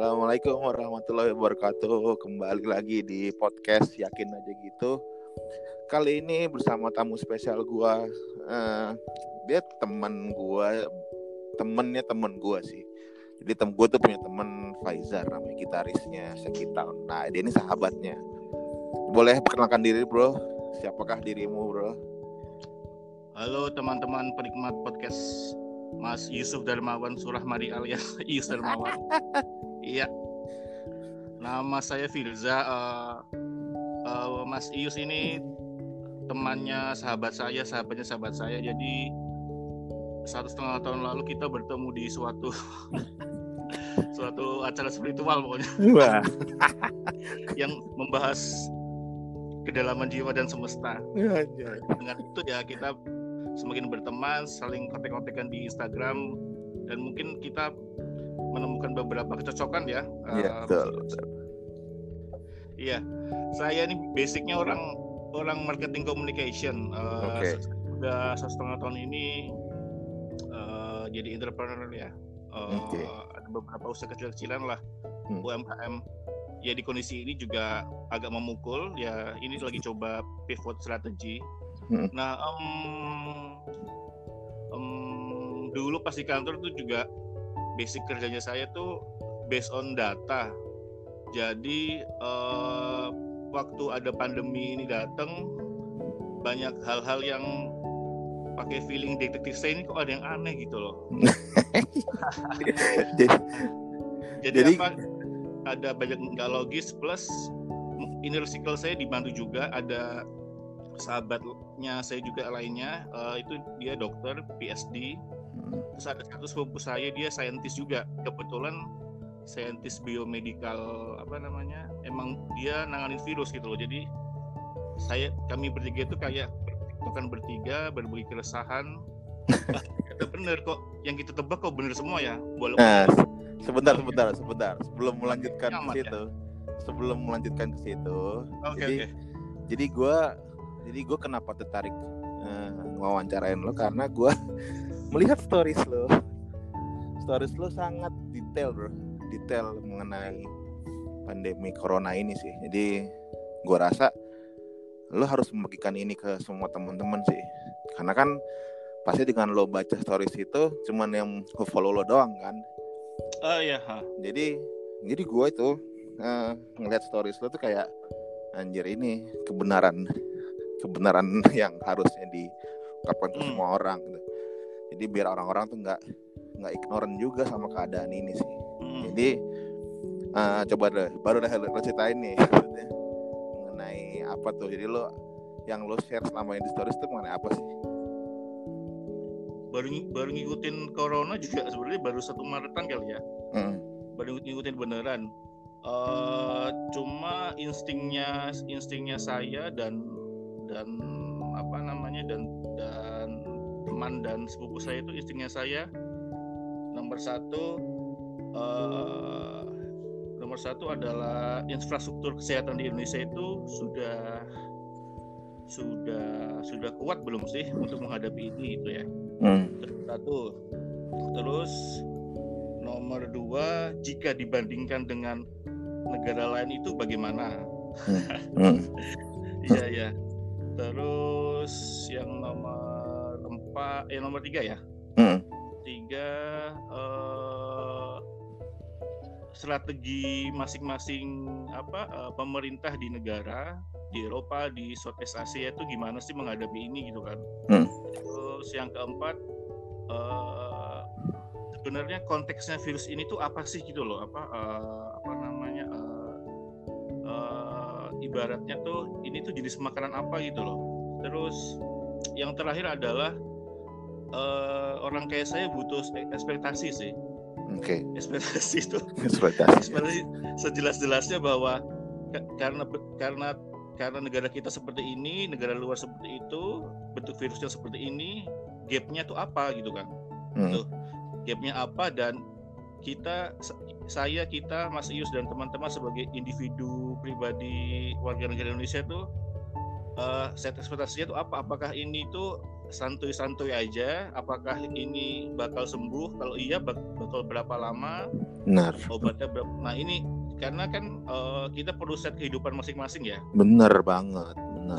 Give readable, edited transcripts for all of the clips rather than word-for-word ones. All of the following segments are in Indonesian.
Assalamualaikum warahmatullahi wabarakatuh. Kembali lagi di podcast Yakin Aja Gitu. Kali ini bersama tamu spesial gua. Dia temennya temen gua sih. Jadi gua tuh punya temen Faizar, namanya gitarisnya Sekitar. Nah, dia ini sahabatnya. Boleh perkenalkan diri, bro? Siapakah dirimu, bro? Halo teman-teman penikmat podcast Mas Yusuf Darmawan Surahmadi alias Yus Darmawan. Iya, nama saya Firza. Mas Ius ini temannya sahabatnya sahabat saya. Jadi 1,5 tahun lalu kita bertemu di suatu acara spiritual pokoknya. Wah. Yang membahas kedalaman jiwa dan semesta. Dengan itu ya kita semakin berteman, saling kontek-kontekan di Instagram, dan mungkin kita menemukan beberapa kecocokan ya. Iya, betul. Iya, saya ini basicnya orang marketing communication. Sudah 1,5 tahun ini jadi entrepreneur ya. Ada beberapa usaha kecil-kecilan lah, UMKM. Ya di kondisi ini juga agak memukul. Ya ini lagi coba pivot strategi. Nah, dulu pas di kantor tuh juga basic kerjanya saya tuh based on data. Jadi waktu ada pandemi ini datang, banyak hal-hal yang pakai feeling detektif saya ini kok ada yang aneh gitu loh. jadi apa? Ada banyak nggak logis, plus inner circle saya dibantu juga, ada sahabatnya saya juga lainnya, itu dia dokter PhD. Terus ada satu sepupu saya, dia saintis juga, kebetulan saintis biomedical emang dia nanganin virus gitu loh. Jadi kami bertiga itu kayak bertiga berbagi keresahan. Kata bener kok, yang kita tebak kok bener semua ya. Sebentar. Sebelum melanjutkan ke situ. Jadi gue kenapa tertarik wawancarain lo, karena gue melihat stories lo sangat detail, bro. Detail mengenai pandemi corona ini sih. Jadi gue rasa lo harus membagikan ini ke semua teman-teman sih. Karena kan pasti dengan lo baca stories itu cuman yang follow lo doang kan. Jadi gue itu ngeliat stories lo tuh kayak anjir, ini kebenaran yang harusnya diungkapkan ke semua orang gitu. Jadi biar orang-orang tuh nggak ignoran juga sama keadaan ini sih. Jadi coba baru lo ceritain nih mengenai apa tuh. Jadi yang lo share selama ini di stories tuh mengenai apa sih? Baru ngikutin corona juga sebenarnya baru 1 Maretan kali ya. Baru ngikutin beneran. Cuma instingnya saya dan teman dan sepupu saya itu, instingnya saya nomor satu adalah infrastruktur kesehatan di Indonesia itu sudah kuat belum sih untuk menghadapi ini gitu ya. Satu. Terus nomor 2, jika dibandingkan dengan negara lain itu bagaimana? Iya. Terus yang nomor 3 ya. 3 strategi masing-masing pemerintah di negara di Eropa, di Southeast Asia itu gimana sih menghadapi ini gitu kan. Terus yang keempat, sebenarnya konteksnya virus ini tuh apa sih gitu loh, ibaratnya tuh ini tuh jenis makanan apa gitu loh. Terus yang terakhir adalah orang kayak saya butuh ekspektasi sih. Ekspektasi sejelas-jelasnya bahwa karena negara kita seperti ini, negara luar seperti itu, bentuk virusnya seperti ini, gapnya tuh apa gitu kan. Tuh, gapnya apa, dan kita Mas Ius dan teman-teman sebagai individu pribadi warga negara Indonesia tuh set ekspektasinya tuh apa? Apakah ini tuh santuy-santuy aja. Apakah ini bakal sembuh? Kalau iya, bakal berapa lama? Benar. Obatnya berapa? Nah ini karena kan kita perlu set kehidupan masing-masing ya. Bener banget. Benar.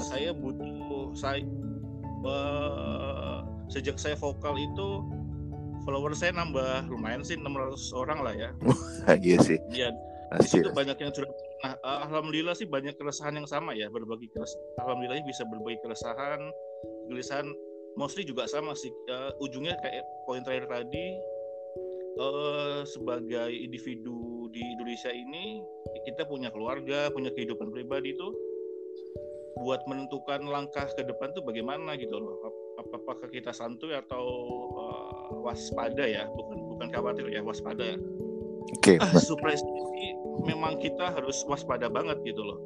Sejak saya vokal itu follower saya nambah lumayan sih, 600 orang lah ya. Iya sih. Iya. Di situ banyak yang sudah. Nah, alhamdulillah sih banyak keresahan yang sama ya, alhamdulillah bisa berbagi keresahan, kegelisahan, mostly juga sama sih. Ujungnya kayak poin terakhir tadi, sebagai individu di Indonesia ini, kita punya keluarga, punya kehidupan pribadi itu, buat menentukan langkah ke depan tuh bagaimana gitu loh. Apakah kita santuy atau waspada ya, bukan khawatir ya, waspada ya. Oke. Surprise ini memang kita harus waspada banget gitu loh.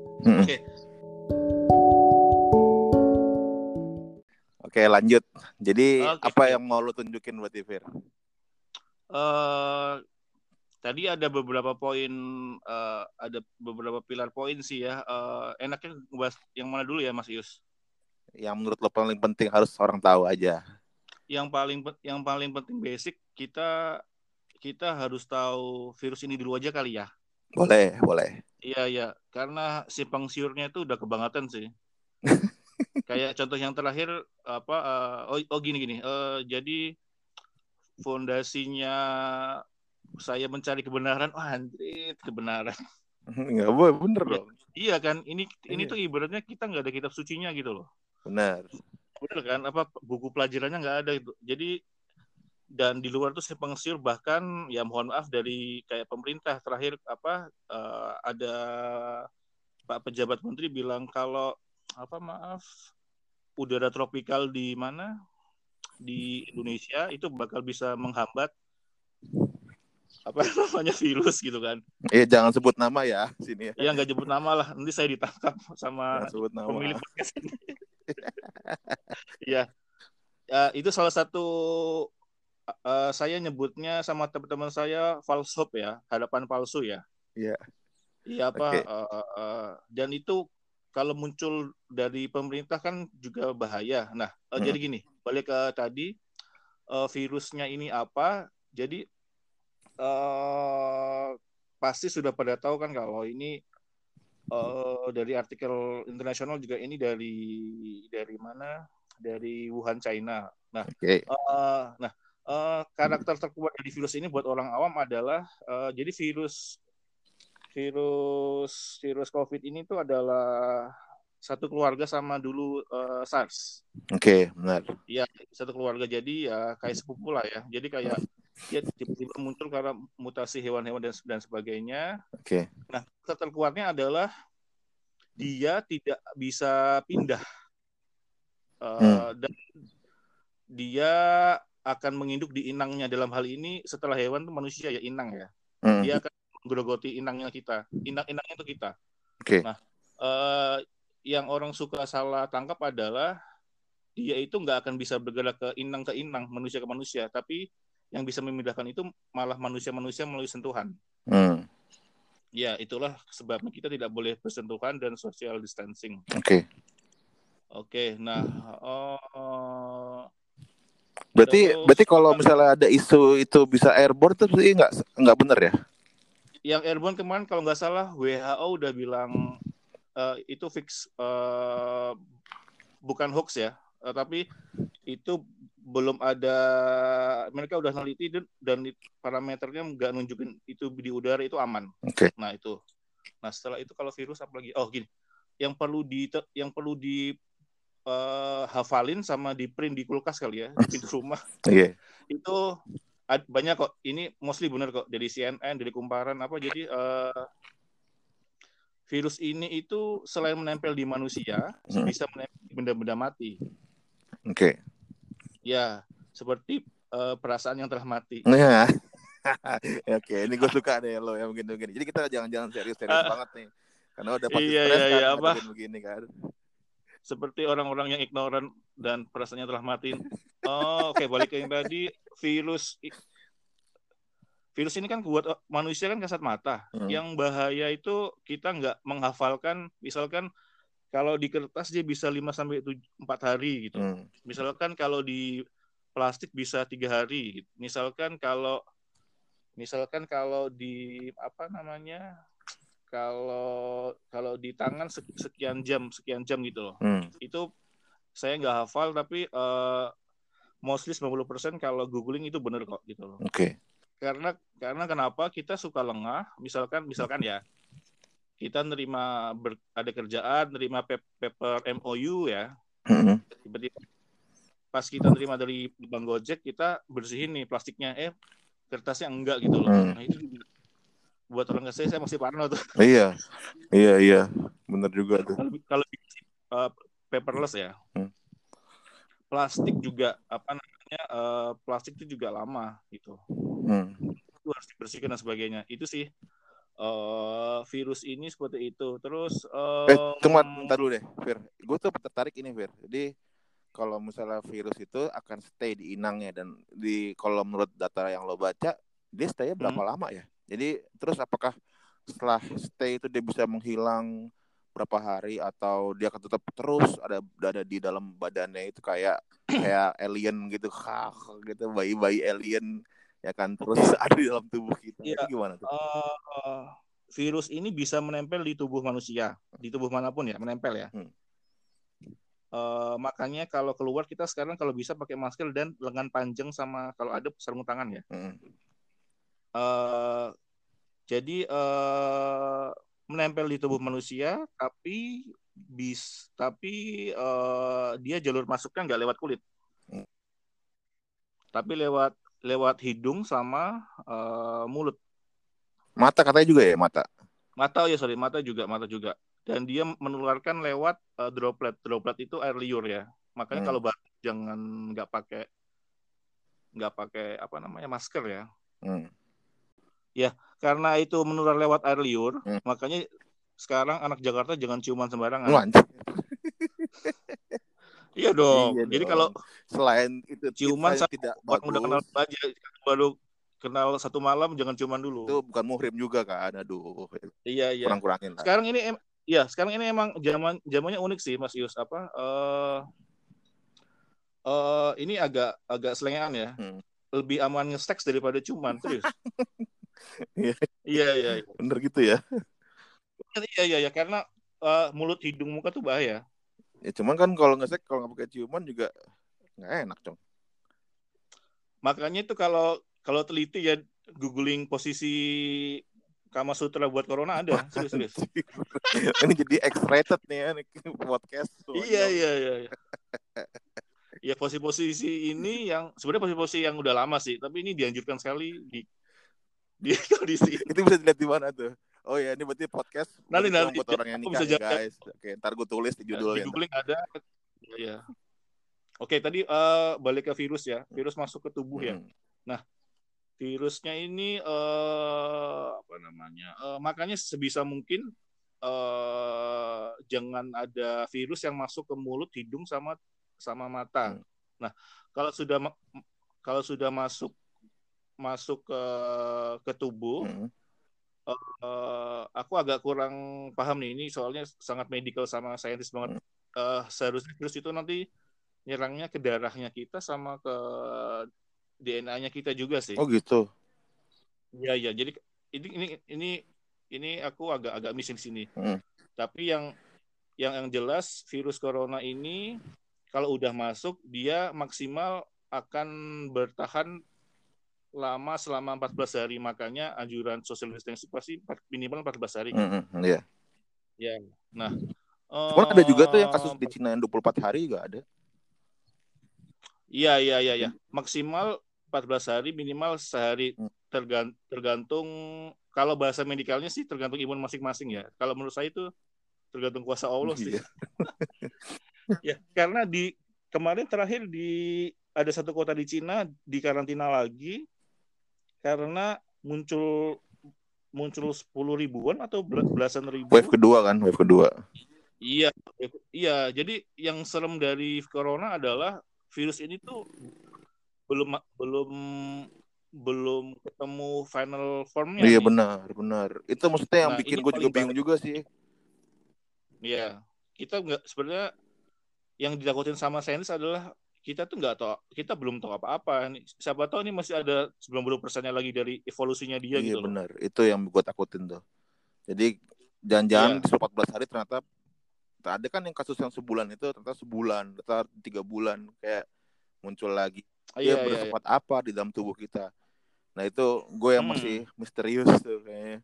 Oke, lanjut. Jadi apa yang mau lu tunjukin buat Fir? Tadi ada beberapa poin, ada beberapa pilar poin sih ya. Enaknya bahas yang mana dulu ya, Mas Yus? Yang menurut lo paling penting harus orang tahu aja. Yang paling penting basic, kita harus tahu virus ini dulu aja kali ya. Boleh. Iya, karena simpang siurnya itu udah kebangetan sih. Kayak contoh yang terakhir gini. Jadi fondasinya saya mencari kebenaran, Andrit, kebenaran. Nggak boleh, bener dong. Iya kan, ini tuh ibaratnya kita nggak ada kitab sucinya gitu loh. Benar kan, buku pelajarannya nggak ada itu. Jadi dan di luar tuh simpang siur, bahkan ya mohon maaf dari kayak pemerintah terakhir ada Pak pejabat menteri bilang kalau udara tropikal di mana di Indonesia itu bakal bisa menghambat virus gitu kan. Jangan sebut nama ya sini ya. Ya nggak sebut nama lah, nanti saya ditangkap sama pemilik podcast ini. Ya, itu salah satu saya nyebutnya sama teman-teman saya false hope ya, harapan palsu ya. Iya. Iya dan itu kalau muncul dari pemerintah kan juga bahaya. Nah, jadi gini, balik ke tadi, virusnya ini apa? Jadi pasti sudah pada tahu kan kalau ini dari artikel internasional juga, ini dari mana? Dari Wuhan, China. Nah, karakter terkuat dari virus ini buat orang awam adalah jadi virus COVID ini tuh adalah satu keluarga sama dulu SARS. Oke, benar. Ya, satu keluarga, jadi ya kayak sepupu lah ya. Jadi kayak ya tiba-tiba muncul karena mutasi hewan-hewan dan sebagainya. Oke. Nah, terkuatnya adalah dia tidak bisa pindah. Dan dia akan menginduk di inangnya. Dalam hal ini setelah hewan itu manusia ya, inang ya. Dia akan menggerogoti inangnya kita. Inangnya itu kita. Okay. Nah, yang orang suka salah tangkap adalah dia itu nggak akan bisa bergerak ke inang, manusia ke manusia, tapi yang bisa memindahkan itu malah manusia-manusia melalui sentuhan. Ya, itulah sebabnya kita tidak boleh bersentuhan dan social distancing. Oke, nah berarti kalau misalnya ada isu itu bisa airborne, terus nggak benar ya? Yang airborne kemarin kalau nggak salah WHO udah bilang itu fix, bukan hoax ya, tapi itu belum ada, mereka udah neliti dan parameternya nggak nunjukin itu di udara itu aman. Nah itu, setelah itu kalau virus apalagi, gini, yang perlu di hafalin sama di print di kulkas kali ya, di pintu rumah. Itu banyak kok, ini mostly benar kok, dari CNN, dari Kumparan jadi virus ini itu selain menempel di manusia, bisa menempel di benda-benda mati. Ya, seperti perasaan yang telah mati. Oke, ini gue suka deh lo yang begini. Jadi kita jangan serius banget nih, karena udah pasti stres kan begini kan. Seperti orang-orang yang ignoran dan perasaannya telah mati. Oke, balik ke yang tadi, virus ini kan buat manusia kan kasat mata. Yang bahaya itu kita nggak menghafalkan, misalkan Kalau di kertas dia bisa 5 sampai 4 hari gitu. Misalkan kalau di plastik bisa 3 hari gitu. Misalkan kalau di apa namanya? Kalau di tangan sekian jam gitu loh. Itu saya nggak hafal tapi mostly 90% kalau googling itu benar kok gitu loh. Oke. Karena kenapa kita suka lengah, misalkan ya kita ada kerjaan, nerima paper MOU ya. Tiba-tiba pas kita nerima dari Bang Gojek, kita bersihin nih plastiknya, kertasnya enggak gitu loh. Nah itu buat orang saya masih parno tuh. Iya, bener juga tuh. Kalau paperless ya, plastik juga plastik itu juga lama gitu. Itu harus dibersihkan dan sebagainya. Itu sih virus ini seperti itu. Terus cuma bentar dulu deh, Fir. Gue tuh tertarik ini, Fir. Jadi kalau misalnya virus itu akan stay di inangnya dan kalau menurut data yang lo baca, dia stay-nya berapa lama ya? Jadi terus apakah setelah stay itu dia bisa menghilang berapa hari atau dia akan tetap terus ada di dalam badannya itu kayak alien gitu, gitu bayi alien ya kan terus ada di dalam tubuh kita. Ya, itu gimana tuh? Virus ini bisa menempel di tubuh manusia, di tubuh manapun ya, menempel ya. Makanya kalau keluar kita sekarang kalau bisa pakai masker dan lengan panjang sama kalau ada sarung tangan ya. Jadi menempel di tubuh manusia, tapi dia jalur masuknya nggak lewat kulit, tapi lewat hidung sama mulut. Mata katanya juga ya, mata. Mata juga. Dan dia menularkan lewat droplet. Droplet itu air liur ya. Makanya kalau batuk jangan nggak pakai apa namanya masker ya. Ya, karena itu menular lewat air liur, makanya sekarang anak Jakarta jangan ciuman sembarangan. Iya dong. Jadi kalau selain itu ciuman tidak bagus, udah kenal aja, baru kenal 1 malam jangan ciuman dulu. Itu bukan muhrim juga kan, aduh. Iya. Kurang-kurangin lah. Sekarang ini emang zamannya unik sih Mas Yus. Ini agak selengean ya. Lebih aman nge-seks daripada ciuman, serius. Iya. Bener gitu ya. Iya, karena mulut hidung muka tuh bahaya. Ya cuman kan kalau nge-seks kalau nggak pakai ciuman juga nggak enak dong. Makanya itu kalau teliti ya googling posisi Kama Sutra buat corona ada, serius. Ini jadi X-rated nih ya podcast. Iya. Ya posisi ini yang sebenarnya posisi yang udah lama sih, tapi ini dianjurkan sekali di kondisi. Itu bisa dilihat di mana tuh? Oh ya, ini berarti podcast nanti buat orang yang nikah ya, guys. Oke, ntar gue tulis di judulnya. Di googling ada. Ya. Oke, tadi balik ke virus ya. Virus masuk ke tubuh ya. Nah, virusnya ini makanya sebisa mungkin jangan ada virus yang masuk ke mulut, hidung sama mata. Nah, kalau sudah masuk ke tubuh, aku agak kurang paham nih, ini soalnya sangat medical sama saintis banget. Seharusnya virus itu nanti nyerangnya ke darahnya kita sama ke DNA-nya kita juga sih. Oh gitu. Iya. Jadi ini aku agak missing sini. Tapi yang jelas virus corona ini kalau udah masuk dia maksimal akan bertahan lama selama 14 hari. Makanya anjuran social distancing pasti minimal 14 hari. Iya. Ya. Nah, cuman ada juga tuh yang kasus di Cina yang 24 hari juga ada. Iya. Maksimal 14 hari, minimal sehari. Tergantung, kalau bahasa medikalnya sih tergantung imun masing-masing ya. Kalau menurut saya itu tergantung kuasa Allah sih. Ya, karena kemarin terakhir ada satu kota di Cina di karantina lagi karena muncul 10 ribuan atau belasan ribu. Wave kedua. Iya. Jadi yang serem dari corona adalah virus ini tuh belum ketemu final formnya. Iya benar. Itu maksudnya yang bikin gue juga bingung juga sih. Iya. kita nggak, sebenarnya yang ditakutin sama sains adalah kita tuh nggak tahu, kita belum tahu apa-apa. Siapa tahu ini masih ada 90%-nya lagi dari evolusinya dia Iya gitu loh. benar, itu yang gue takutin tuh. Jadi jangan-jangan di 14 hari ternyata ada kan yang kasus yang sebulan itu ternyata sebulan, ternyata 3 bulan kayak muncul lagi. Dia Iya. bersifat apa di dalam tubuh kita. Nah itu gue yang masih misterius tuh kayaknya.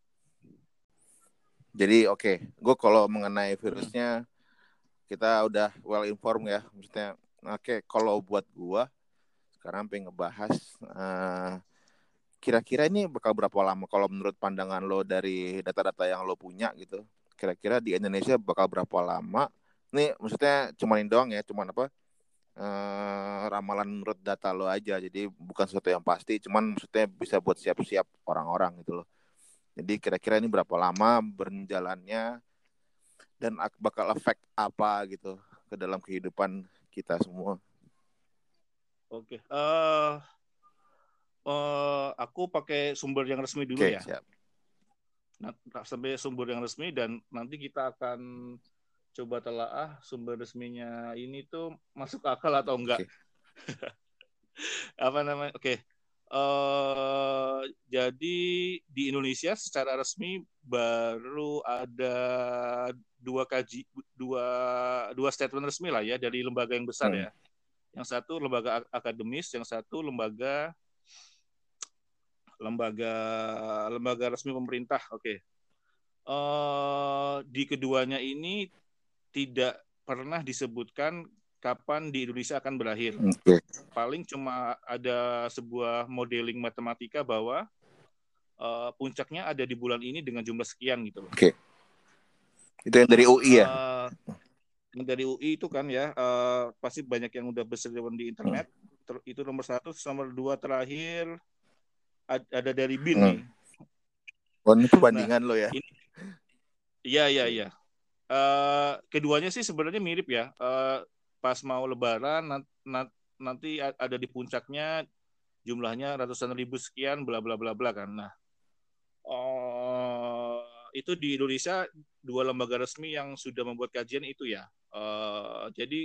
Jadi oke, gue kalau mengenai virusnya kita udah well informed ya. Maksudnya oke, kalau buat gue sekarang pengen ngebahas kira-kira ini bakal berapa lama kalau menurut pandangan lo dari data-data yang lo punya gitu. Kira-kira di Indonesia bakal berapa lama? Ini maksudnya cuman ini doang ya, cuman apa? Ramalan menurut data lo aja. Jadi bukan sesuatu yang pasti, cuman maksudnya bisa buat siap-siap orang-orang gitu loh. Jadi kira-kira ini berapa lama berjalannya dan bakal efek apa gitu ke dalam kehidupan kita semua. Oke. Aku pakai sumber yang resmi dulu ya. Siap. Nah, sampai sumber yang resmi dan nanti kita akan coba telaah sumber resminya ini tuh masuk akal atau enggak. Apa namanya? Oke. Jadi di Indonesia secara resmi baru ada dua statement resmi lah ya dari lembaga yang besar ya. Yang satu lembaga akademis, yang satu lembaga resmi pemerintah. Oke. Di keduanya ini tidak pernah disebutkan kapan di Indonesia akan berakhir. Paling cuma ada sebuah modeling matematika bahwa puncaknya ada di bulan ini dengan jumlah sekian gitu loh. Itu yang dari UI ya? Yang dari UI itu kan ya, pasti banyak yang udah berseliweran di internet. Itu nomor 1, nomor 2 terakhir ada dari BIN nih. Ini perbandingan lo ya? Iya. Keduanya sih sebenarnya mirip ya. Pas mau Lebaran nanti ada di puncaknya jumlahnya ratusan ribu sekian bla bla bla bla kan. Nah, itu di Indonesia 2 lembaga resmi yang sudah membuat kajian itu ya. Jadi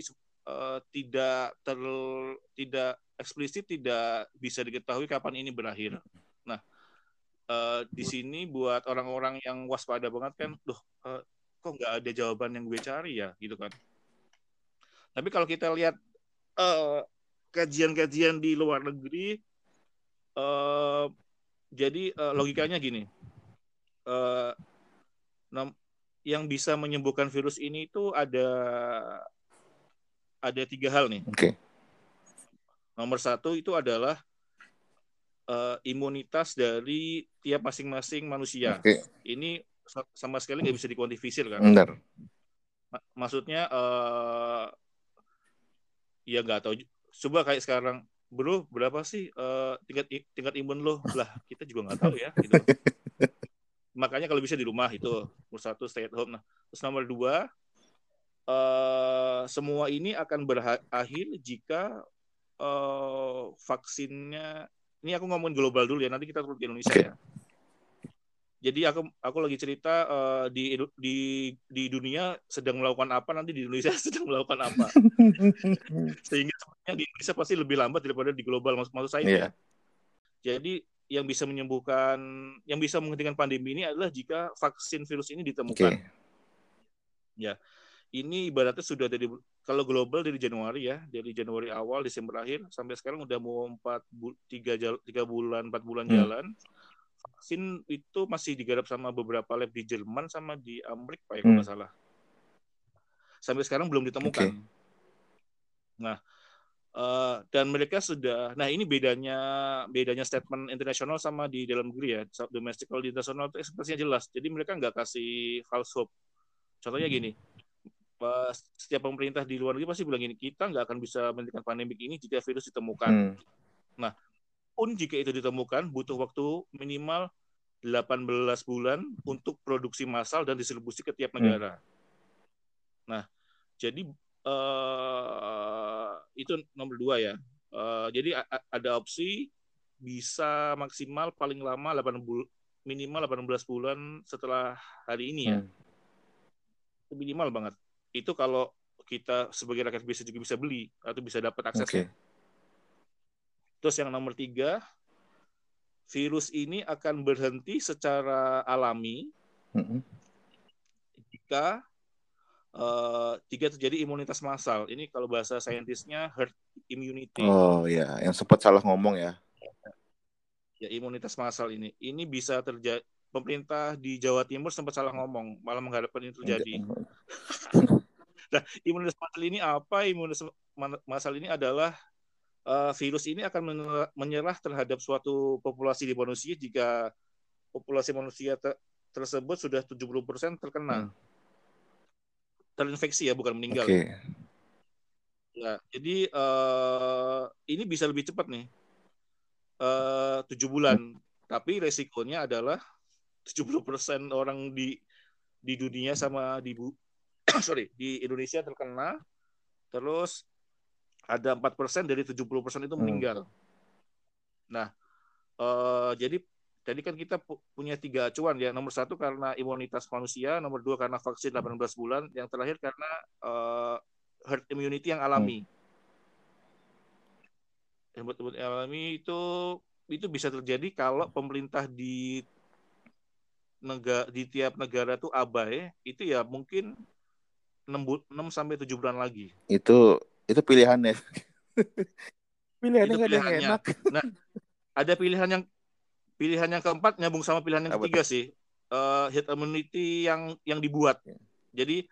tidak eksplisit, tidak bisa diketahui kapan ini berakhir. Nah, di sini buat orang-orang yang waspada banget kan, kok nggak ada jawaban yang gue cari ya gitu kan. Tapi kalau kita lihat kajian-kajian di luar negeri, jadi logikanya gini, yang bisa menyembuhkan virus ini itu ada 3 hal nih. Nomor 1 itu adalah imunitas dari tiap masing-masing manusia. Ini sama sekali nggak bisa dikuantifisir kan. Benar. Maksudnya ya nggak tahu. Coba kayak sekarang, bro, berapa sih tingkat imun lo? Lah, kita juga nggak tahu ya. Gitu. Makanya kalau bisa di rumah itu. Nomor 1 stay at home. Nah, terus nomor 2, semua ini akan berakhir jika vaksinnya. Ini aku ngomongin global dulu ya. Nanti kita turun ke Indonesia ya. Jadi aku lagi cerita di dunia sedang melakukan apa, nanti di Indonesia sedang melakukan apa. Sehingga sebenarnya di Indonesia pasti lebih lambat daripada di global, maksud saya ya. Jadi yang bisa menyembuhkan, yang bisa menghentikan pandemi ini adalah jika vaksin virus ini ditemukan. Ya, ini ibaratnya sudah dari, kalau global dari Januari ya, dari Januari awal, Desember akhir sampai sekarang udah mau 4 bulan jalan. Vaksin itu masih digarap sama beberapa lab di Jerman sama di Amerika Pak, kalau nggak salah. Sampai sekarang belum ditemukan. Nah, dan mereka sudah, nah ini bedanya statement internasional sama di dalam negeri ya. Domestic kalau di internasional itu ekspresinya jelas. Jadi mereka nggak kasih false hope. Contohnya gini, setiap pemerintah di luar negeri pasti bilang gini, kita nggak akan bisa menghentikan pandemik ini jika virus ditemukan. Nah, pun jika itu ditemukan, butuh waktu minimal 18 bulan untuk produksi massal dan distribusi ke tiap negara. Nah, jadi itu nomor 2 ya. Jadi ada opsi bisa maksimal paling lama minimal 18 bulan setelah hari ini ya. Itu minimal banget. itu kalau kita sebagai rakyat biasa juga bisa beli atau bisa dapat aksesnya. Terus yang nomor 3, virus ini akan berhenti secara alami jika terjadi imunitas massal. Ini kalau bahasa saintisnya herd immunity. Oh ya, yang sempat salah ngomong ya. Ya, imunitas massal ini bisa terjadi. Pemerintah di Jawa Timur sempat salah ngomong, malah mengharapkan ini terjadi. Nah, imunitas massal ini apa? Imunitas massal ini adalah virus ini akan menyerah terhadap suatu populasi di manusia jika populasi manusia tersebut sudah 70% terkena. Terinfeksi ya, bukan meninggal. Ya, jadi ini bisa lebih cepat nih. 7 bulan. Tapi resikonya adalah 70% orang di dunia sama di Indonesia terkena, terus ada 4% dari 70% itu meninggal. Nah, jadi tadi kan kita punya 3 acuan ya. Nomor 1 karena imunitas manusia, nomor 2 karena vaksin 18 bulan, yang terakhir karena herd immunity yang alami. Herd immunity alami itu bisa terjadi kalau pemerintah di tiap negara tuh abai, itu ya mungkin 6 sampai 7 bulan lagi. Itu pilihannya. Pilihannya Itu nggak ada yang enak. Nah, ada pilihan yang keempat nyambung sama pilihan yang ketiga sih. Herd immunity yang dibuat. Jadi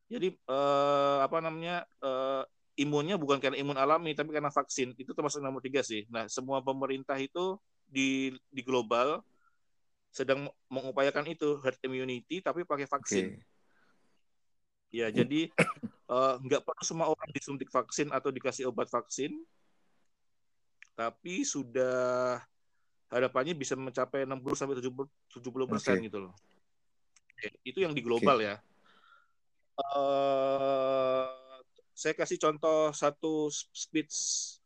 imunnya bukan karena imun alami tapi karena vaksin. Itu termasuk nomor 3 sih. Nah, semua pemerintah itu di global sedang mengupayakan itu herd immunity tapi pakai vaksin. Ya, jadi nggak perlu semua orang disuntik vaksin atau dikasih obat vaksin, tapi sudah harapannya bisa mencapai 60 sampai 70% gitu loh. Itu yang di global ya. Saya kasih contoh satu speech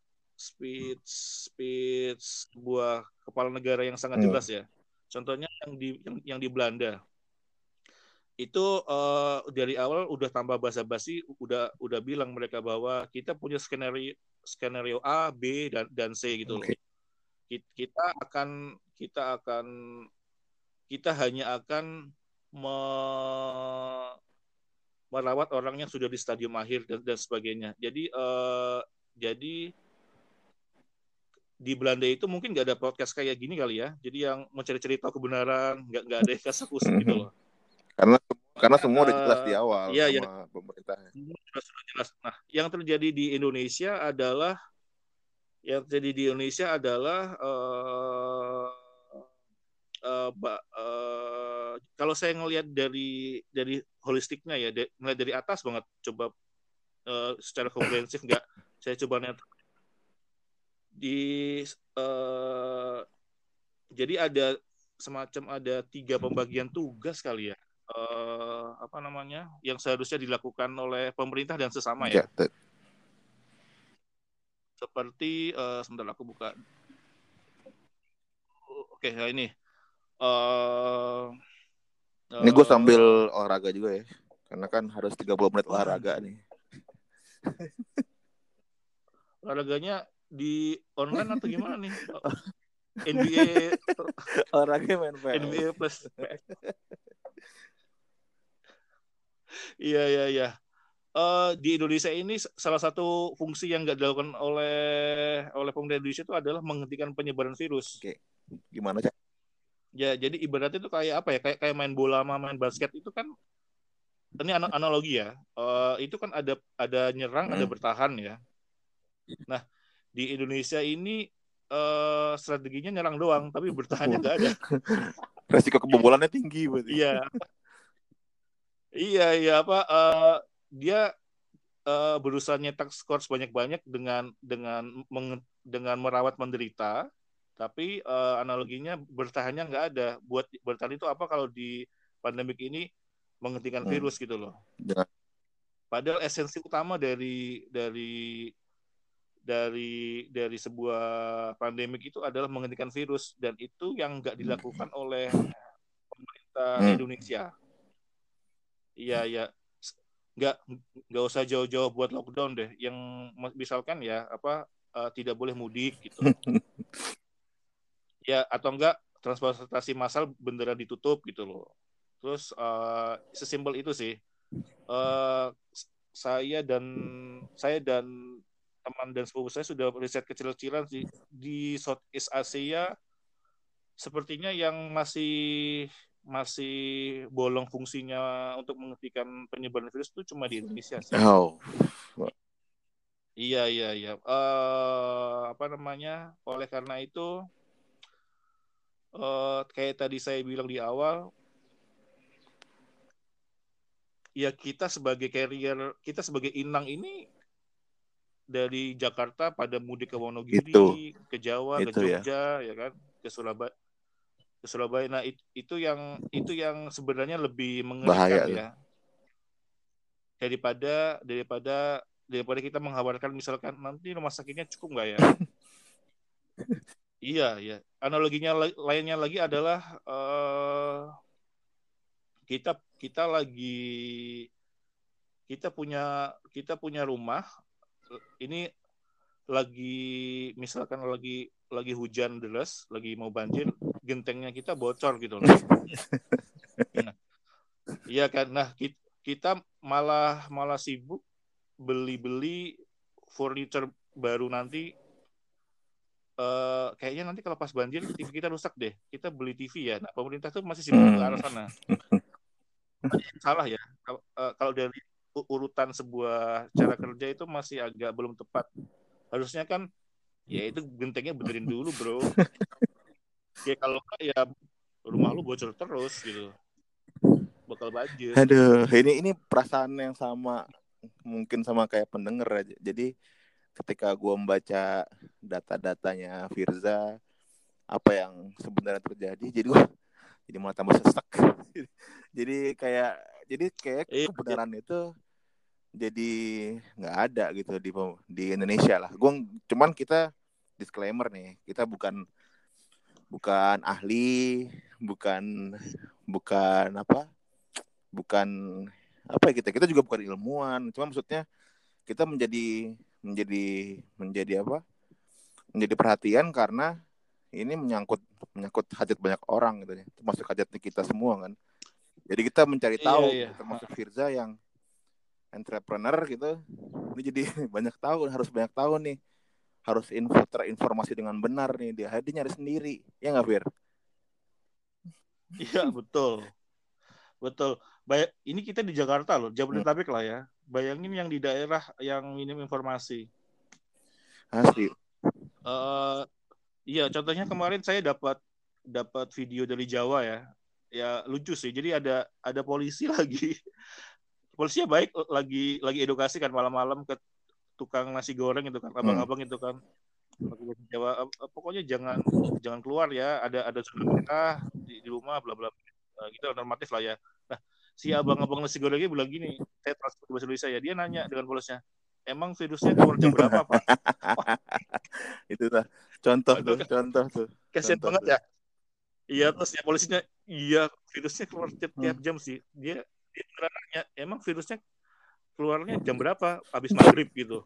sebuah kepala negara yang sangat jelas ya. Contohnya yang di Belanda. Itu dari awal udah tambah basa-basi, udah bilang mereka bahwa kita punya skenario A, B dan C gitu loh. Kita hanya akan merawat orang yang sudah di stadium akhir dan sebagainya. Jadi di Belanda itu mungkin nggak ada podcast kayak gini kali ya. Jadi yang mencari-cari tahu kebenaran, nggak ada kasus-kusuk gitu loh. Karena semua udah jelas di awal sama pemerintahnya. Sudah jelas. Nah, yang terjadi di Indonesia adalah kalau saya ngelihat dari holistiknya ya, ngelihat dari atas banget, coba secara komprehensif nggak saya coba lihat jadi ada semacam 3 pembagian tugas kali ya, yang seharusnya dilakukan oleh pemerintah dan sesama ya. Seperti sebentar aku buka. Oke, ya ini. Ini gue sambil olahraga juga ya, karena kan harus 30 menit olahraga nih. Olahraganya di online atau gimana nih? NBA olahraga main PS. NBA plus PS. Iya. Di Indonesia ini salah satu fungsi yang nggak dilakukan oleh pemerintah Indonesia itu adalah menghentikan penyebaran virus. Oke. Gimana Cak? Ya, jadi ibaratnya itu kayak apa ya? Kayak main bola sama main basket itu kan, ini analogi ya. Itu kan ada nyerang, ada bertahan ya. Nah, di Indonesia ini strateginya nyerang doang, tapi bertahannya nggak ada. Resiko kebobolannya tinggi berarti. Iya dia berusaha nyetak skor sebanyak-banyak dengan merawat menderita, tapi analoginya bertahannya nggak ada. Buat bertahan itu apa kalau di pandemik ini menghentikan virus gitu loh. Padahal esensi utama dari sebuah pandemik itu adalah menghentikan virus, dan itu yang nggak dilakukan oleh pemerintah Indonesia. Iya. nggak usah jauh-jauh buat lockdown deh. Yang misalkan ya tidak boleh mudik gitu. Ya atau enggak transportasi massal beneran ditutup gitu loh. Terus sesimpel itu sih. Saya dan teman dan sepupu saya sudah riset kecil-kecilan di Southeast Asia. Sepertinya yang masih bolong fungsinya untuk menghentikan penyebaran virus itu cuma di Indonesia sih. Oh. Iya. Apa namanya? Oleh karena itu, kayak tadi saya bilang di awal, ya kita sebagai carrier, kita sebagai inang ini dari Jakarta pada mudik ke Wonogiri, ke Jawa, ke Jogja, ya kan, ke Surabaya. Nah itu yang sebenarnya lebih mengerikan ya, daripada kita mengkhawatirkan misalkan nanti rumah sakitnya cukup nggak ya. Iya. Analoginya lainnya lagi adalah kita punya rumah ini misalkan lagi hujan deras, lagi mau banjir, gentengnya kita bocor gitu loh. Nah, iya kan. Nah, kita malah sibuk beli furniture baru nanti. Kayaknya nanti kalau pas banjir TV kita rusak deh, kita beli TV ya. Nah, pemerintah tuh masih sibuk ke arah sana. Salah ya. Kalau dari urutan sebuah cara kerja itu masih agak belum tepat. Harusnya kan ya itu gentengnya benerin dulu, bro. Ya kalau enggak ya rumah lu bocor terus gitu. Bakal banjir. Aduh, ini perasaan yang sama mungkin sama kayak pendengar aja. Jadi ketika gue membaca data-datanya Firza, apa yang sebenarnya terjadi, jadi malah tambah sesek. jadi kayak kebenaran itu jadi nggak ada gitu di Indonesia lah. Cuman kita disclaimer nih, kita bukan ahli, bukan kita juga bukan ilmuwan. Cuma maksudnya kita menjadi perhatian karena ini menyangkut hajat banyak orang gitu ya, termasuk hajatnya kita semua kan. Jadi kita mencari tahu, gitu, termasuk Firza yang entrepreneur gitu. Ini jadi harus banyak tahu nih, harus terinformasi dengan benar nih. Dia nyari sendiri, ya nggak Fir? Iya betul. Ini kita di Jakarta loh, Jabodetabek lah ya. Bayangin yang di daerah yang minim informasi. Asli. Iya, contohnya kemarin saya dapat video dari Jawa ya. Ya lucu sih. Jadi ada polisi lagi. Polisinya baik, lagi edukasi kan malam-malam ke tukang nasi goreng itu kan, abang-abang itu kan. Jawa, pokoknya jangan keluar ya. Ada zona merah di rumah, bla bla. Gitu normatif lah ya. Nah, si abang-abang nasi gorengnya bilang gini, saya translate bahasa Indonesia ya. Dia nanya dengan polisnya, emang virusnya keluar jam berapa, Pak? Itu lah contoh tuh. Kasian banget ya. Iya, terus ya polisinya, iya virusnya keluar tiap jam sih. Dia nanya, emang virusnya keluarnya jam berapa? Habis maghrib gitu.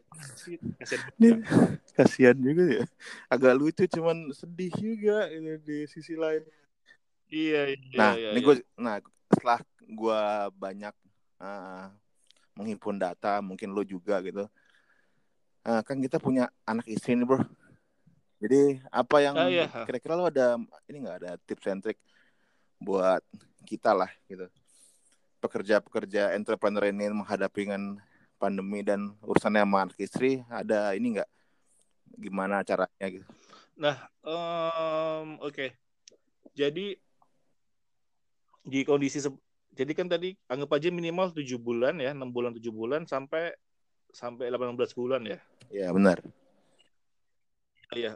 Kasian juga ya. Agak lucu, cuman sedih juga di sisi lain. Iya. Setelah gue banyak menghimpun data, mungkin lo juga gitu. Kan kita punya anak istri nih bro. Jadi apa yang kira-kira lo ada tips and trick buat kita lah gitu, pekerja entrepreneur ini menghadapi dengan pandemi dan urusannya sama anak istri, ada ini nggak, gimana caranya gitu? Nah, oke. Jadi di kondisi jadi kan tadi anggap aja minimal 7 bulan ya, 6 bulan 7 bulan sampai 18 bulan ya. Ya benar. Iya,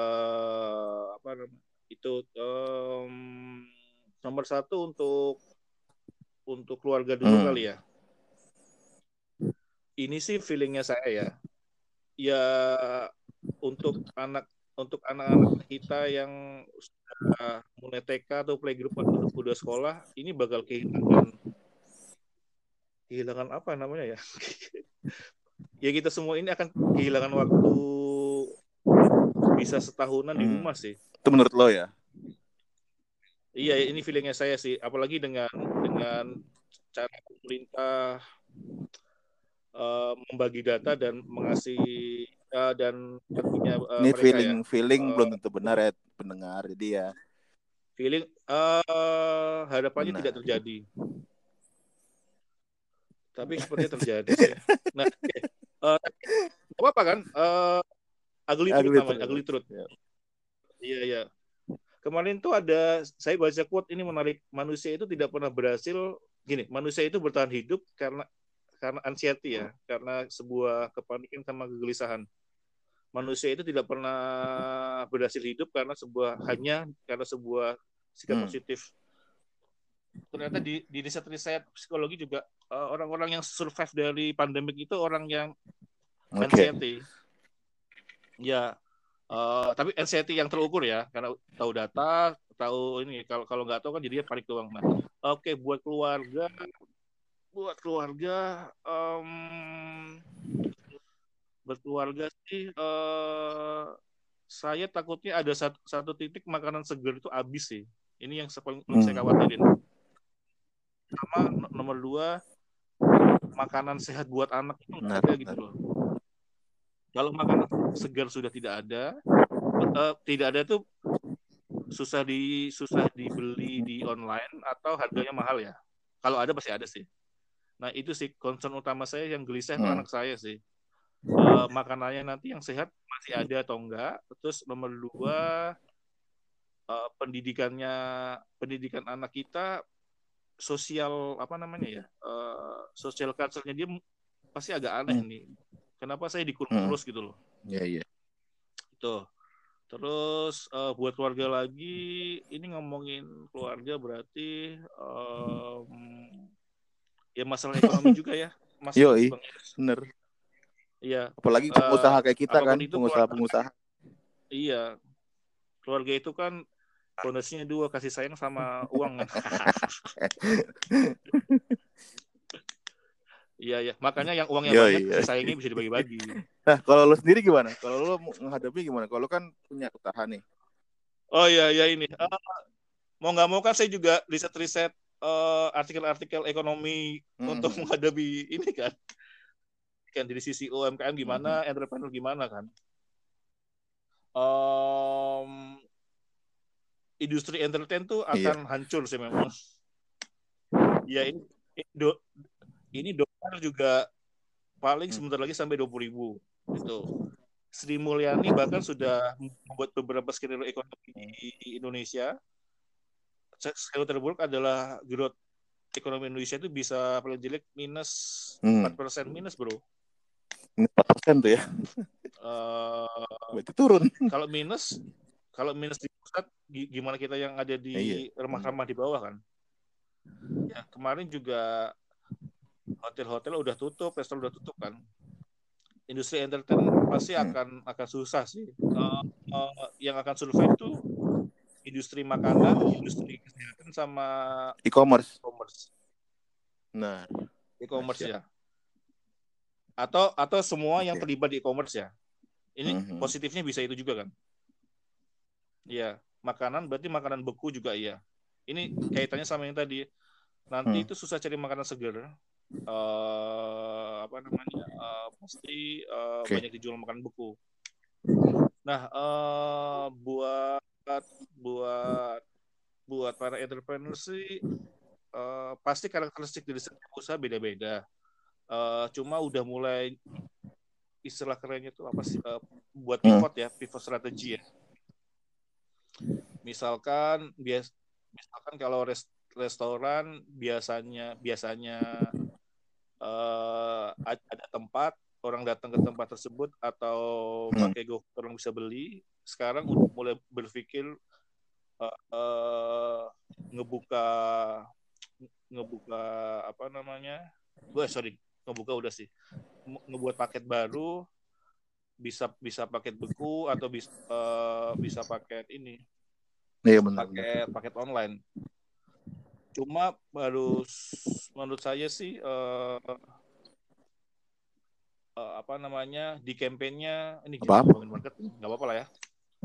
itu nomor satu untuk keluarga dulu kali ya. Ini sih feelingnya saya ya. Ya untuk anak-anak kita yang sudah mulai TK atau playgroup udah sekolah, ini bakal kehilangan kehilangan apa namanya ya? Ya kita semua ini akan kehilangan waktu bisa setahunan di rumah sih. Itu menurut lo ya? Iya, ini feelingnya saya sih. Apalagi dengan cara pemerintah membagi data dan mengasih dan tentunya ini mereka feeling belum tentu benar ya pendengar, jadi ya feeling harapannya benar. tidak terjadi, tapi sepertinya terjadi sih. Nah, apa kan ugly truth namanya, ugly truth. Iya. Kemarin tuh saya baca quote ini menarik, manusia itu tidak pernah berhasil gini, manusia itu bertahan hidup karena anxiety ya, karena sebuah kepanikan sama kegelisahan. Manusia itu tidak pernah berhasil hidup karena sebuah sikap positif. Ternyata di riset psikologi juga orang-orang yang survive dari pandemik itu orang yang anxiety. Ya, tapi anxiety yang terukur ya, karena tahu data, tahu ini. Kalau nggak tahu kan jadinya panik doang. Nah, buat keluarga berkeluarga sih saya takutnya ada satu titik makanan segar itu habis sih. Ini yang saya khawatirin. Sama nomor 2, makanan sehat buat anak itu nggak ada gitu loh. Kalau makanan segar sudah tidak ada tuh susah dibeli di online atau harganya mahal ya. Kalau ada pasti ada sih. Nah itu sih concern utama saya, yang gelisah itu anak saya sih. Makanannya nanti yang sehat masih ada atau enggak. Terus nomor 2, pendidikan anak kita, sosial apa namanya ya, sosial culture-nya dia pasti agak aneh nih. Kenapa saya dikurung terus gitu loh. Iya. Itu. Terus buat keluarga lagi, ini ngomongin keluarga berarti ya masalah ekonomi juga ya. Yoi, bener. Iya. Apalagi pengusaha kayak kita kan, pengusaha. Iya. Keluarga itu kan pondasinya 2, kasih sayang sama uang kan. Iya. Makanya yang uangnya banyak, kasih sayangnya bisa dibagi-bagi. Nah, kalau lo sendiri gimana? Kalau lo menghadapi gimana? Kalau lo kan punya usaha nih. Oh iya ini. Mau nggak mau kan saya juga riset artikel-artikel ekonomi untuk menghadapi ini kan dari sisi UMKM gimana, entrepreneur gimana kan. Industri entertain tuh akan hancur sih memang. Ya ini dolar juga paling sebentar lagi sampai 20.000 itu. Sri Mulyani bahkan sudah membuat beberapa skenario ekonomi di Indonesia. Skenario terburuk adalah growth ekonomi Indonesia itu bisa paling jelek minus 4% minus bro. 4% tuh ya. Berarti turun. Kalau minus di pusat, gimana kita yang ada di rumah-rumah di bawah kan? Ya kemarin juga hotel-hotel udah tutup, restoran udah tutup kan. Industri entertain pasti akan susah sih. Yang akan survive itu industri makanan, industri kesehatan sama e-commerce. Nah, e-commerce ya. Atau semua yang terlibat di e-commerce ya. Ini positifnya bisa itu juga kan. Iya, makanan berarti makanan beku juga iya. Ini kaitannya sama yang tadi. Nanti itu susah cari makanan segar. Pasti banyak dijual makanan beku. Nah, buat para entrepreneur sih pasti karakteristik dari setiap usaha beda-beda. Cuma udah mulai istilah kerennya tuh apa sih? Buat pivot strategi ya. Misalkan kalau restoran biasanya ada tempat, orang datang ke tempat tersebut atau pakai GoFood orang bisa beli. Sekarang udah mulai berpikir ngebuka apa namanya? Ngebuka udah sih. Ngebuat paket baru, bisa paket beku atau bisa paket ini. Iya, paket online. Cuma menurut saya sih apa namanya di kampanyenya ini kita ngomongin marketing nggak apa-apa lah ya.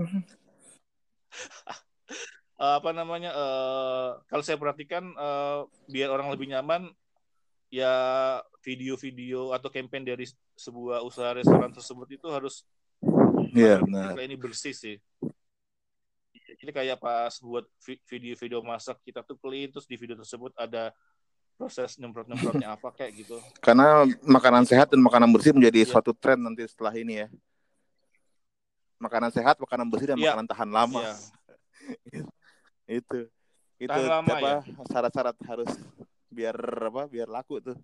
Apa namanya kalau saya perhatikan biar orang lebih nyaman ya video-video atau campaign dari sebuah usaha restoran tersebut itu harus ini bersih sih. Jadi kayak pas buat video-video masak kita tuh clean, terus di video tersebut ada proses nyemprot-nyemprotnya apa kayak gitu. Karena makanan sehat dan makanan bersih menjadi suatu tren nanti setelah ini ya. Makanan sehat, makanan bersih dan makanan tahan lama. itu tahan lama apa ya? Syarat-syarat harus biar laku tuh.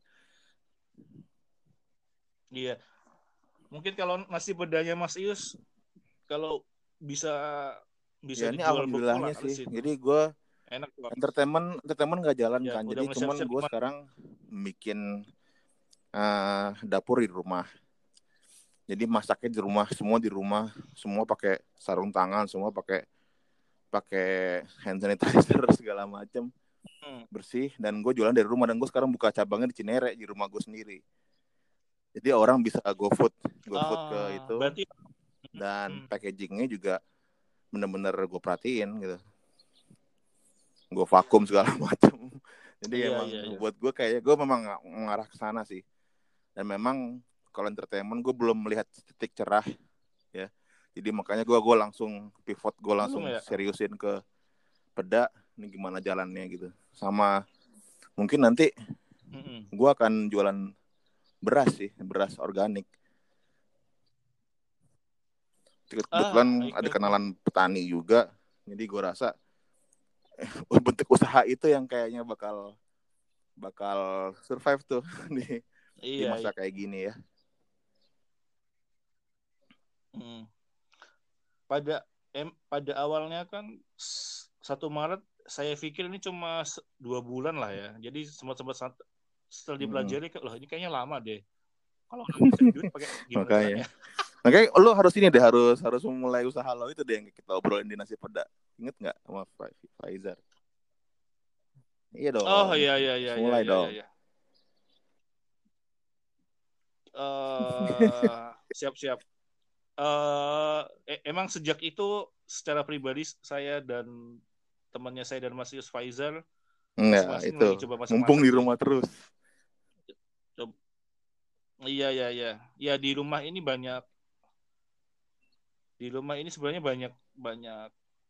Iya. Mungkin kalau nasi pedanya Mas Ius kalau bisa ya, ini alhamdulillahnya sih. Jadi gue enak entertainment nggak jalan ya, kan. Jadi cuman gue sekarang bikin dapur di rumah. Jadi masaknya di rumah, semua pakai sarung tangan, semua pakai hand sanitizer segala macam. Bersih, dan gue jualan dari rumah, dan gue sekarang buka cabangnya di Cinere di rumah gue sendiri. Jadi orang bisa GoFood ke itu. Berarti... Dan packagingnya juga bener-bener gue perhatiin gitu. Gue vakum segala macam. Jadi emang buat gue kayaknya gue memang mengarah ke sana sih. Dan memang kalau entertainment gue belum melihat titik cerah ya. Jadi makanya gue langsung pivot, gue langsung seriusin ke peda. Ini gimana jalannya gitu. Sama mungkin nanti gue akan jualan beras organik. Kebetulan ada kenalan petani juga. Jadi gue rasa bentuk usaha itu yang kayaknya bakal survive tuh di masa kayak gini ya. Pada awalnya kan 1 Maret saya pikir ini cuma 2 bulan lah ya. Jadi sempat setelah dipelajari loh ini kayaknya lama deh. Kalau bisa duit pakai gimana caranya? Makanya lo harus mulai usaha lo itu deh yang kita obrolin di nasi peda. Ingat nggak sama Faizar? Iya dong. Oh iya. Mulai dong. Siap. Emang sejak itu secara pribadi saya dan temannya saya dan Mas Yus Faizar masing-masing lagi coba masak-masak. Mumpung di rumah terus. Iya. Ya di rumah ini sebenarnya banyak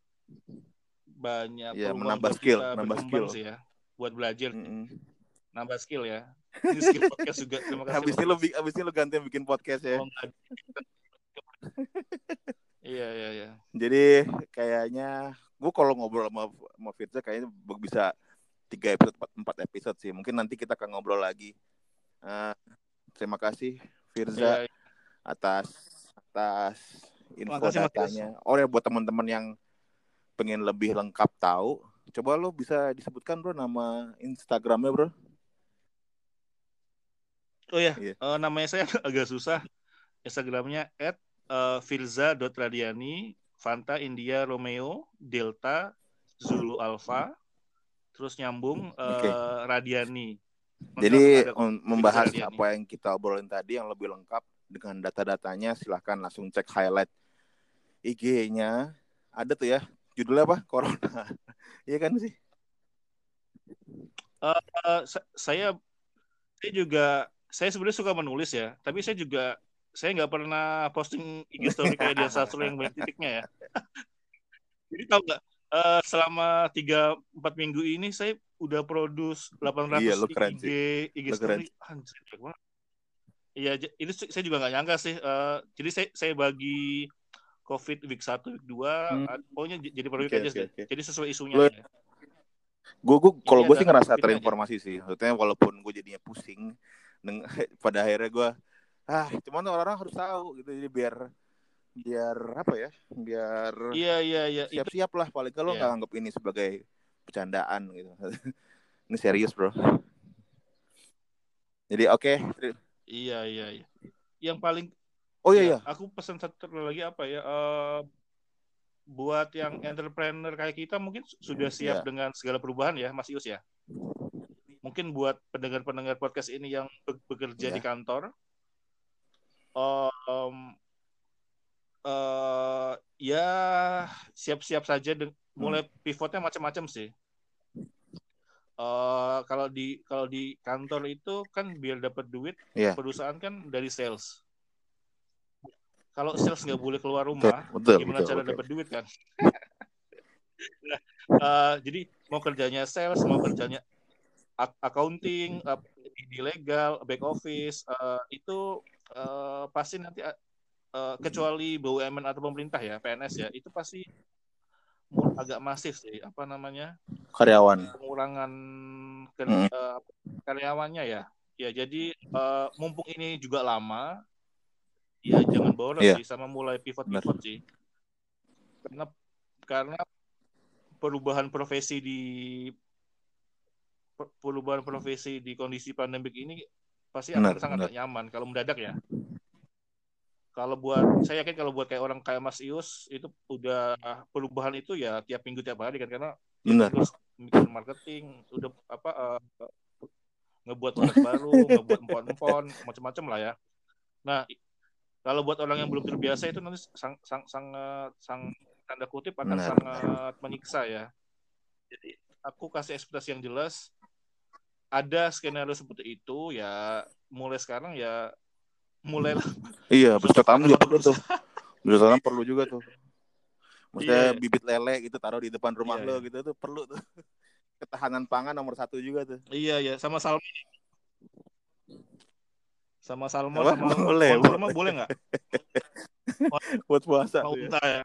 ya, menambah skill sih ya buat belajar. Nambah skill ya. Ini skill podcast juga. Terima kasih. Habis ini lu gantian bikin podcast ya. Iya. Jadi kayaknya gue kalau ngobrol sama Firza kayaknya bisa 3 episode 4 episode sih. Mungkin nanti kita akan ngobrol lagi. Terima kasih Firza atas info datanya. Ya buat teman-teman yang pengen lebih lengkap tahu, coba lo bisa disebutkan bro nama Instagramnya bro. Oh ya, namanya saya agak susah. Instagramnya @firza.radiani, Fanta India Romeo Delta Zulu Alpha, terus nyambung Radiani. Jadi membahas apa yang kita obrolin tadi yang lebih lengkap dengan data-datanya, silahkan langsung cek highlight IG-nya. Ada tuh ya, judulnya apa? Corona. Iya kan sih? Saya sebenarnya suka menulis ya, tapi saya nggak pernah posting IG story kayak Dian Sastro yang banyak titiknya ya. Jadi tahu nggak, selama 3-4 minggu ini saya udah produce 800 IG story. Iya, itu saya juga nggak nyangka sih. Jadi saya bagi COVID week 1, week 2, pokoknya jadi per week aja sih. Jadi sesuai isunya. Kalau gue sih ngerasa terinformasi sih. Maksudnya walaupun gue jadinya pusing, pada akhirnya gue cuman orang-orang harus tahu gitu. Jadi biar apa ya? Biar siap-siap lah. Paling kalau nggak anggap ini sebagai bercandaan gitu. Ini serius bro. Jadi oke. Iya. Yang paling iya. Aku pesan satu lagi apa ya? buat yang entrepreneur kayak kita mungkin sudah siap dengan segala perubahan ya, Mas Ius ya. Mungkin buat pendengar-pendengar podcast ini yang bekerja di kantor, ya siap-siap saja mulai pivotnya macam-macam sih. Kalau di kantor itu kan biar dapat duit, perusahaan kan dari sales. Kalau sales nggak boleh keluar rumah, gimana cara dapat duit kan? Jadi mau kerjanya sales, mau kerjanya accounting, di legal, back office, itu pasti nanti kecuali BUMN atau pemerintah ya, PNS ya, itu pasti agak masif sih, apa namanya? Pengurangan karyawannya ya. Ya jadi mumpung ini juga lama, ya jangan boros sih, sama mulai pivot sih. Karena perubahan profesi di kondisi pandemik ini pasti akan sangat nyaman kalau mendadak ya. Kalau buat saya yakin kalau buat kayak orang kayak Mas Ius itu udah perubahan itu ya tiap minggu tiap hari kan, karena terus mikir marketing, udah ngebuat produk baru, ngebuat empon-empon, macam-macam lah ya. Nah, kalau buat orang yang belum terbiasa itu nanti sangat tanda kutip akan sangat menyiksa ya. Jadi aku kasih ekspektasi yang jelas. Ada skenario seperti itu ya, mulai sekarang ya mulailah. Iya, bercocok tanam juga perlu tuh. Bercocok tanam perlu juga tuh. Maksudnya bibit lele gitu taruh di depan rumah lo gitu tuh perlu tuh. Ketahanan pangan nomor 1 juga tuh. Iya, sama salmon. Sama boleh. Kurma boleh nggak? Buat puasa tuh ya.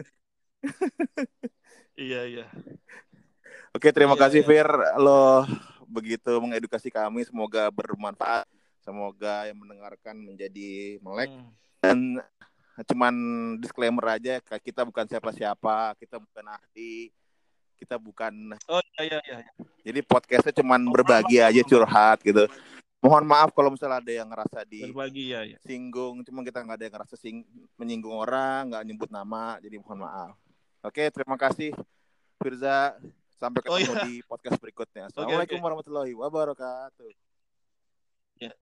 Iya. Oke, terima kasih Fir, lo begitu mengedukasi kami, semoga bermanfaat, semoga yang mendengarkan menjadi melek. Dan cuman disclaimer aja, kita bukan siapa-siapa, kita bukan ahli, kita bukan. Iya. Jadi podcastnya cuman berbagi aja, curhat gitu. Mohon maaf kalau misalnya ada yang ngerasa singgung, cuma kita nggak ada yang ngerasa menyinggung orang, nggak nyebut nama, jadi mohon maaf. Oke, terima kasih Firza. Sampai ketemu di podcast berikutnya. Assalamualaikum warahmatullahi wabarakatuh.